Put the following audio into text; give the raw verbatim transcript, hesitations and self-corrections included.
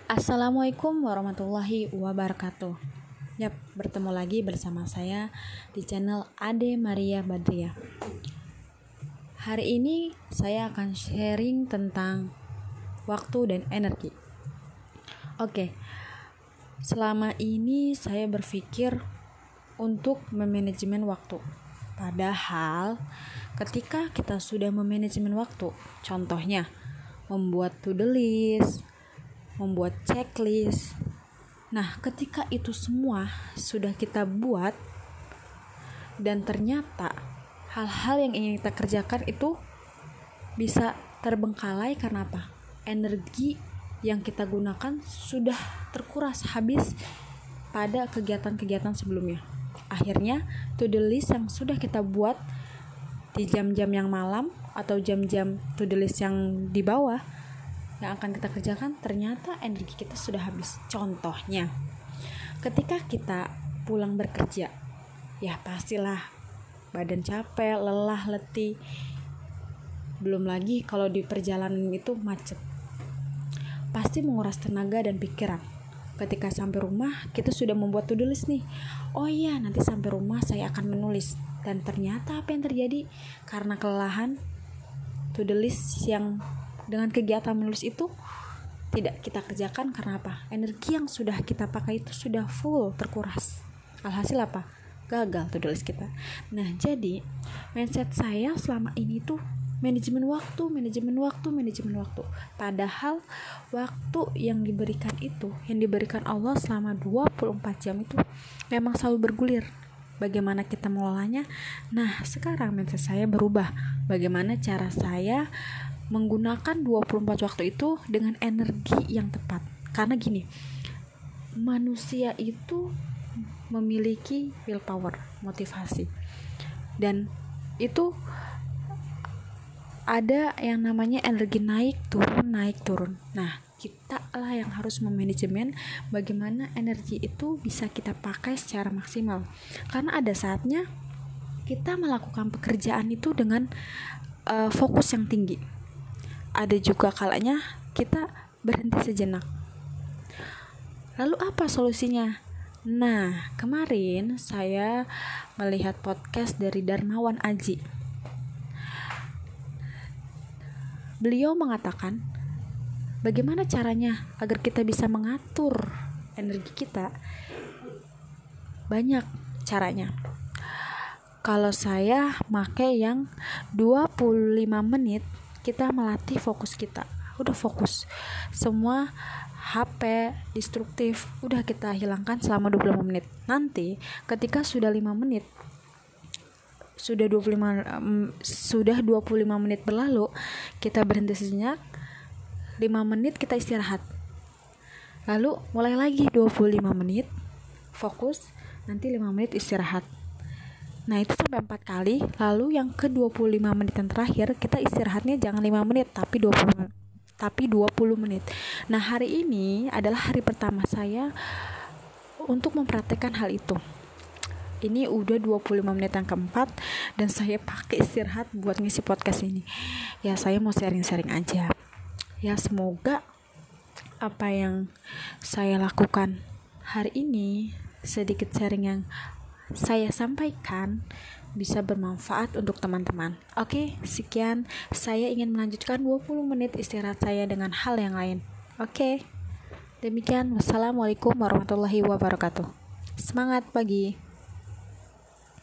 Assalamualaikum warahmatullahi wabarakatuh. Yap, bertemu lagi bersama saya di channel Ade Maria Badriah. Hari ini saya akan sharing tentang waktu dan energi. Oke, selama ini saya berpikir untuk memanajemen waktu. Padahal ketika kita sudah memanajemen waktu, contohnya membuat to-do list, membuat checklist. Nah, ketika itu semua sudah kita buat dan ternyata hal-hal yang ingin kita kerjakan itu bisa terbengkalai karena apa? Energi yang kita gunakan sudah terkuras habis pada kegiatan-kegiatan sebelumnya. Akhirnya, to-do list yang sudah kita buat di jam-jam yang malam atau jam-jam to-do list yang di bawah yang akan kita kerjakan, ternyata energi kita sudah habis. Contohnya, ketika kita pulang bekerja, ya pastilah badan capek, lelah, letih. Belum lagi kalau di perjalanan itu macet, pasti menguras tenaga dan pikiran. Ketika sampai rumah, kita sudah membuat to-do list nih. Oh iya, nanti sampai rumah saya akan menulis. Dan ternyata apa yang terjadi? Karena kelelahan, to-do list yang dengan kegiatan menulis itu tidak kita kerjakan karena apa? Energi yang sudah kita pakai itu sudah full terkuras. Alhasil apa? Gagal to-do list kita. Nah, jadi mindset saya selama ini tuh manajemen waktu, manajemen waktu, manajemen waktu. Padahal waktu yang diberikan itu, yang diberikan Allah selama dua puluh empat jam itu memang selalu bergulir. Bagaimana kita mengelolanya? Nah, sekarang mindset saya berubah. Bagaimana cara saya menggunakan dua puluh empat waktu itu dengan energi yang tepat. Karena gini, manusia itu memiliki willpower, motivasi. Dan itu ada yang namanya energi naik turun, naik turun. Nah, kita lah yang harus memanajemen bagaimana energi itu bisa kita pakai secara maksimal. Karena ada saatnya kita melakukan pekerjaan itu dengan uh, fokus yang tinggi. Ada juga kalanya kita berhenti sejenak. Lalu apa solusinya? Nah, kemarin saya melihat podcast dari Darmawan Aji. Beliau mengatakan bagaimana caranya agar kita bisa mengatur energi kita. Banyak caranya. Kalau saya pakai yang dua puluh lima menit, kita melatih fokus kita. Udah fokus. Semua H P destruktif udah kita hilangkan selama dua puluh lima menit. Nanti ketika sudah lima menit sudah dua puluh lima um, sudah dua puluh lima menit berlalu, kita berhenti sejenak. lima menit kita istirahat. Lalu mulai lagi dua puluh lima menit fokus, nanti lima menit istirahat. Nah, itu sampai empat kali. Lalu yang ke dua puluh lima menit yang terakhir, kita istirahatnya jangan lima menit tapi dua puluh tapi dua puluh menit. Nah, hari ini adalah hari pertama saya untuk mempraktekkan hal itu. Ini udah dua puluh lima menit yang keempat dan saya pakai istirahat buat ngisi podcast ini. Ya, saya mau sharing-sharing aja. Ya, semoga apa yang saya lakukan hari ini, sedikit sharing yang saya sampaikan bisa bermanfaat untuk teman-teman. Oke, sekian. Saya ingin melanjutkan dua puluh menit istirahat saya dengan hal yang lain. Oke. Demikian. Wassalamualaikum warahmatullahi wabarakatuh. Semangat pagi.